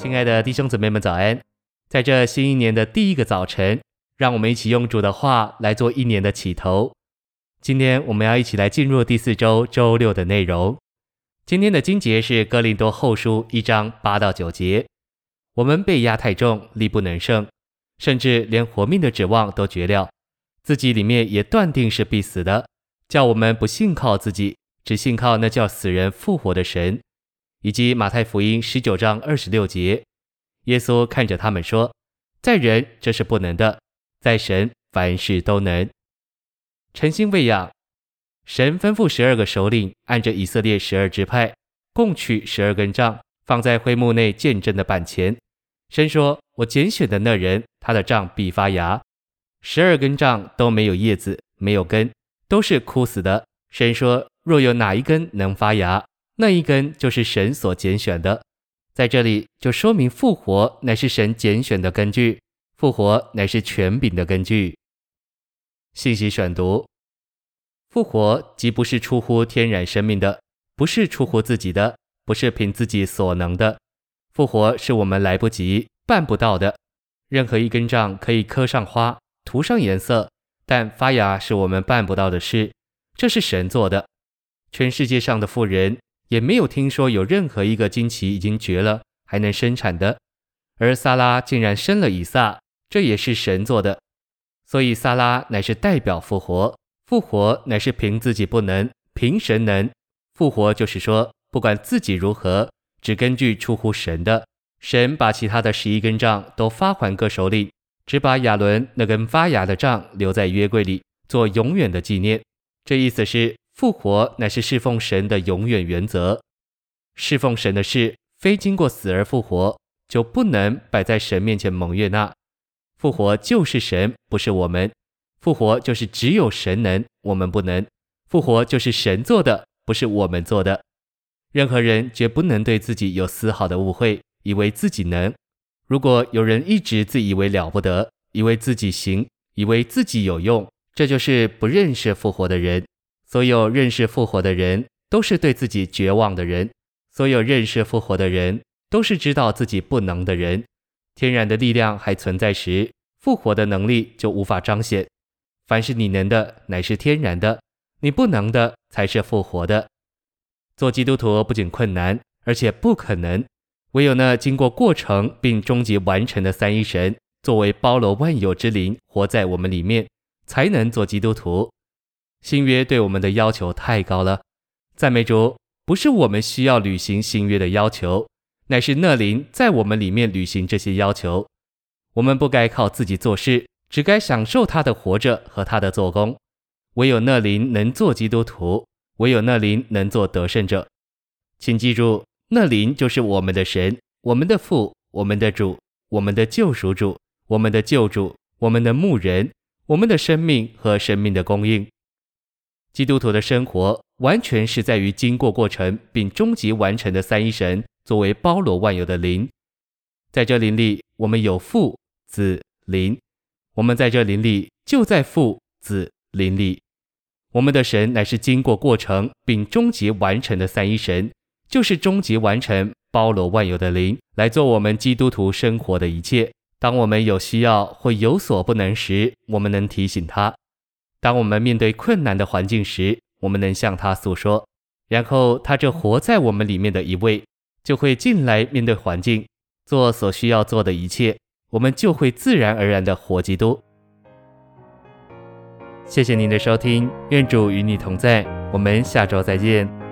亲爱的弟兄姊妹们早安，在这新一年的第一个早晨，让我们一起用主的话来做一年的起头。今天我们要一起来进入第4周周六的内容。今天的经节是哥林多后书1章8到9节。我们被压太重，力不能胜，甚至连活命的指望都绝了，自己里面也断定是必死的，叫我们不信靠自己，只信靠那叫死人复活的神。以及马太福音19章26节，耶稣看着他们说，在人这是不能的，在神凡事都能。诚心喂养，神吩咐12个首领按着以色列12支派，共取12根杖，放在会幕内见证的板前。神说，我拣选的那人，他的杖必发芽。12根杖都没有叶子，没有根，都是枯死的。神说，若有哪一根能发芽，那一根就是神所拣选的。在这里就说明复活乃是神拣选的根据，复活乃是权柄的根据。信息选读，复活既不是出乎天然生命的，不是出乎自己的，不是凭自己所能的。复活是我们来不及办不到的。任何一根杖可以刻上花，涂上颜色，但发芽是我们办不到的事，这是神做的。全世界上的妇人也没有听说有任何一个经期已经绝了还能生产的，而撒拉竟然生了以撒，这也是神做的。所以撒拉乃是代表复活，复活乃是凭自己不能，凭神能。复活就是说，不管自己如何，只根据出乎神的。神把其他的11根杖都发还各首领，只把亚伦那根发芽的杖留在约柜里，做永远的纪念。这意思是复活乃是侍奉神的永远原则。侍奉神的事非经过死而复活，就不能摆在神面前蒙悦纳。复活就是神，不是我们。复活就是只有神能，我们不能。复活就是神做的，不是我们做的。任何人绝不能对自己有丝毫的误会，以为自己能。如果有人一直自以为了不得，以为自己行，以为自己有用，这就是不认识复活的人。所有认识复活的人都是对自己绝望的人，所有认识复活的人都是知道自己不能的人。天然的力量还存在时，复活的能力就无法彰显。凡是你能的乃是天然的，你不能的才是复活的。做基督徒不仅困难，而且不可能，唯有那经过过程并终极完成的三一神，作为包罗万有之灵活在我们里面，才能做基督徒。新约对我们的要求太高了，赞美主，不是我们需要履行新约的要求，乃是那灵在我们里面履行这些要求。我们不该靠自己做事，只该享受他的活着和他的做工。唯有那灵能做基督徒，唯有那灵能做得胜者。请记住，那灵就是我们的神，我们的父，我们的主，我们的救赎主，我们的救主，我们的牧人，我们的生命和生命的供应。基督徒的生活完全是在于经过过程并终极完成的三一神作为包罗万有的灵。在这灵里，我们有父、子、灵，我们在这灵里就在父、子、灵里。我们的神乃是经过过程并终极完成的三一神，就是终极完成包罗万有的灵，来做我们基督徒生活的一切。当我们有需要或有所不能时，我们能提醒他；当我们面对困难的环境时，我们能向他诉说。然后他这活在我们里面的一位，就会进来面对环境，做所需要做的一切，我们就会自然而然地活基督。谢谢您的收听，愿主与你同在，我们下周再见。